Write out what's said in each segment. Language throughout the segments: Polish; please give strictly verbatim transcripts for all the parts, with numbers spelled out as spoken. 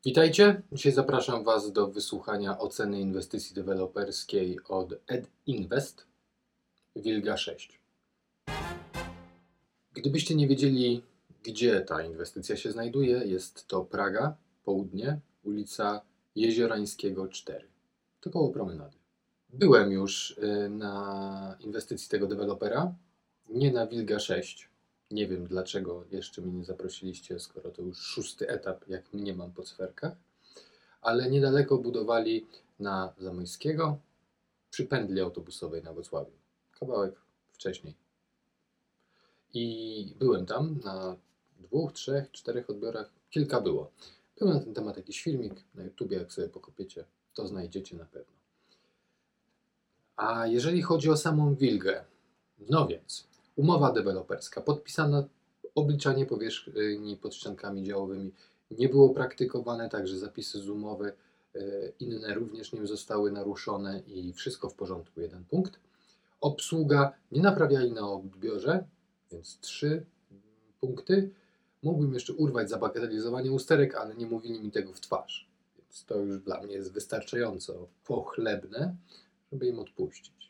Witajcie. Dzisiaj zapraszam Was do wysłuchania oceny inwestycji deweloperskiej od Ed Invest Wilga sześć. Gdybyście nie wiedzieli, gdzie ta inwestycja się znajduje, jest to Praga, południe, ulica Jeziorańskiego cztery. To koło promenady. Byłem już na inwestycji tego dewelopera, nie na Wilga sześć. Nie wiem, dlaczego jeszcze mnie nie zaprosiliście, skoro to już szósty etap, jak mnie mam po cwerkach. Ale niedaleko budowali na Zamojskiego przy pętli autobusowej na Wrocławiu. Kawałek wcześniej. I byłem tam na dwóch, trzech, czterech odbiorach. Kilka było. Był na ten temat jakiś filmik na YouTubie, jak sobie pokopiecie, to znajdziecie na pewno. A jeżeli chodzi o samą Wilgę, no więc umowa deweloperska podpisana, obliczanie powierzchni pod ściankami działowymi nie było praktykowane, także zapisy z umowy inne również nie zostały naruszone i wszystko w porządku, jeden punkt. Obsługa nie naprawiali na odbiorze, więc trzy punkty. Mógłbym jeszcze urwać za bagatelizowanie usterek, ale nie mówili mi tego w twarz, więc to już dla mnie jest wystarczająco pochlebne, żeby im odpuścić.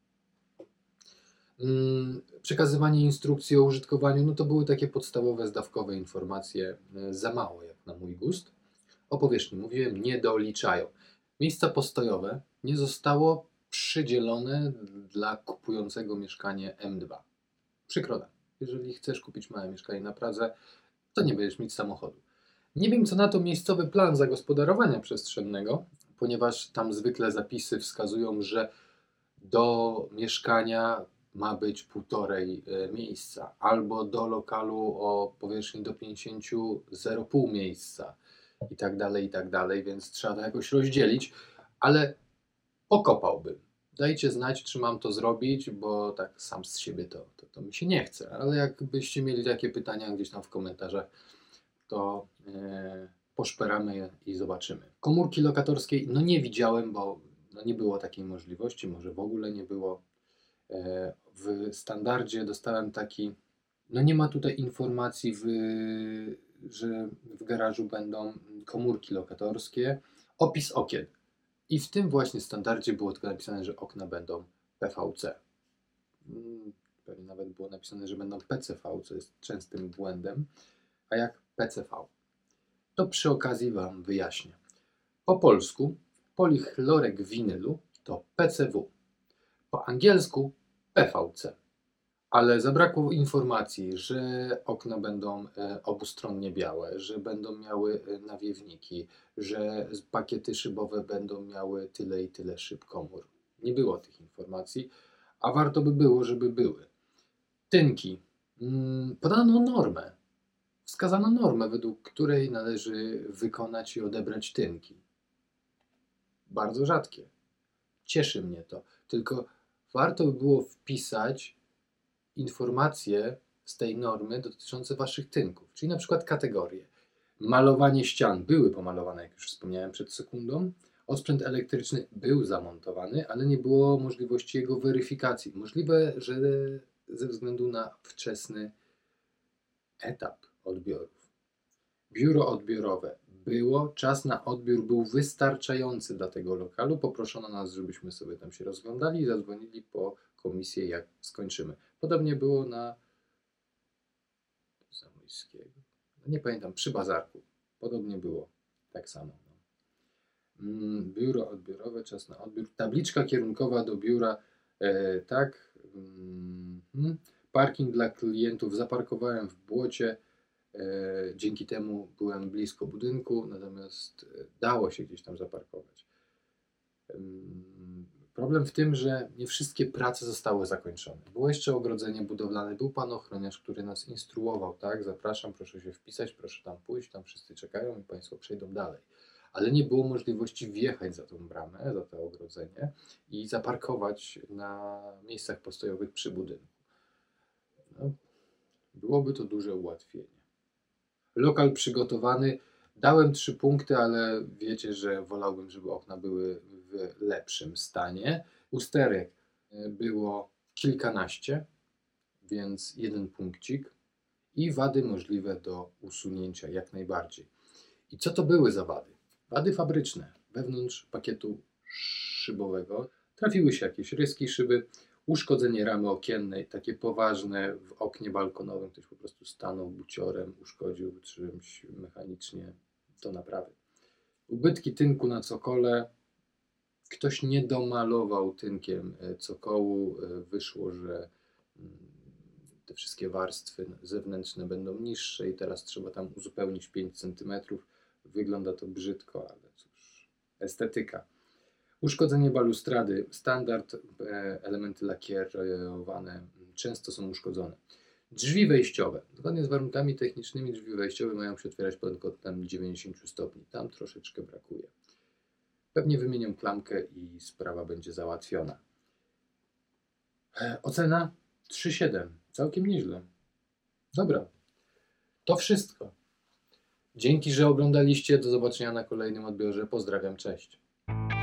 Hmm, przekazywanie instrukcji o użytkowaniu, no to były takie podstawowe, zdawkowe informacje, za mało jak na mój gust. O powierzchni mówiłem, nie doliczają. Miejsca postojowe nie zostało przydzielone dla kupującego mieszkanie M dwa. Przykro nam. Jeżeli chcesz kupić małe mieszkanie na Pradze, to nie będziesz mieć samochodu. Nie wiem, co na to miejscowy plan zagospodarowania przestrzennego, ponieważ tam zwykle zapisy wskazują, że do mieszkania ma być półtorej miejsca, albo do lokalu o powierzchni do pięćdziesięciu zero przecinek pięć miejsca i tak dalej, i tak dalej, więc trzeba to jakoś rozdzielić, ale pokopałbym. Dajcie znać, czy mam to zrobić, bo tak sam z siebie to, to, to mi się nie chce, ale jakbyście mieli takie pytania gdzieś tam w komentarzach, to yy, poszperamy je i zobaczymy. Komórki lokatorskiej, no nie widziałem, bo no nie było takiej możliwości, może w ogóle nie było. Yy, w standardzie dostałem taki, no nie ma tutaj informacji, w, że w garażu będą komórki lokatorskie, opis okien. I w tym właśnie standardzie było tylko napisane, że okna będą P V C. Pewnie nawet było napisane, że będą P C V, co jest częstym błędem. A jak P C V? To przy okazji Wam wyjaśnię. Po polsku polichlorek winylu to P C W. Po angielsku P V C. Ale zabrakło informacji, że okna będą obustronnie białe, że będą miały nawiewniki, że pakiety szybowe będą miały tyle i tyle szyb komór. Nie było tych informacji, a warto by było, żeby były. Tynki. Podano normę. Wskazano normę, według której należy wykonać i odebrać tynki. Bardzo rzadkie. Cieszy mnie to. Tylko warto by było wpisać informacje z tej normy dotyczące Waszych tynków, czyli na przykład kategorie. Malowanie ścian były pomalowane, jak już wspomniałem przed sekundą. Osprzęt elektryczny był zamontowany, ale nie było możliwości jego weryfikacji. Możliwe, że ze względu na wczesny etap odbiorów. Biuro odbiorowe było, czas na odbiór był wystarczający dla tego lokalu. Poproszono nas, żebyśmy sobie tam się rozglądali i zadzwonili po komisję, jak skończymy. Podobnie było na Zamojskiego. No nie pamiętam, przy Bazarku. Podobnie było. Tak samo. No. Biuro odbiorowe, czas na odbiór. Tabliczka kierunkowa do biura. E, tak. Mm, parking dla klientów. Zaparkowałem w błocie. E, dzięki temu byłem blisko budynku, natomiast dało się gdzieś tam zaparkować. E, Problem w tym, że nie wszystkie prace zostały zakończone. Było jeszcze ogrodzenie budowlane, był pan ochroniarz, który nas instruował, tak, zapraszam, proszę się wpisać, proszę tam pójść, tam wszyscy czekają i Państwo przejdą dalej. Ale nie było możliwości wjechać za tą bramę, za to ogrodzenie i zaparkować na miejscach postojowych przy budynku. No, byłoby to duże ułatwienie. Lokal przygotowany, dałem trzy punkty, ale wiecie, że wolałbym, żeby okna były w lepszym stanie. Usterek było kilkanaście, więc jeden punkcik i wady możliwe do usunięcia jak najbardziej. I co to były za wady? Wady fabryczne. Wewnątrz pakietu szybowego trafiły się jakieś ryski szyby, uszkodzenie ramy okiennej, takie poważne w oknie balkonowym. Ktoś po prostu stanął buciorem, uszkodził czymś mechanicznie do naprawy. Ubytki tynku na cokole. Ktoś nie domalował tynkiem cokołu. Wyszło, że te wszystkie warstwy zewnętrzne będą niższe i teraz trzeba tam uzupełnić pięć centymetrów. Wygląda to brzydko, ale cóż, estetyka. Uszkodzenie balustrady, standard, elementy lakierowane często są uszkodzone. Drzwi wejściowe. Zgodnie z warunkami technicznymi drzwi wejściowe mają się otwierać pod kątem dziewięćdziesiąt stopni. Tam troszeczkę brakuje. Pewnie wymienię klamkę i sprawa będzie załatwiona. Ocena trzy siedem. Całkiem nieźle. Dobra. To wszystko. Dzięki, że oglądaliście. Do zobaczenia na kolejnym odbiorze. Pozdrawiam. Cześć.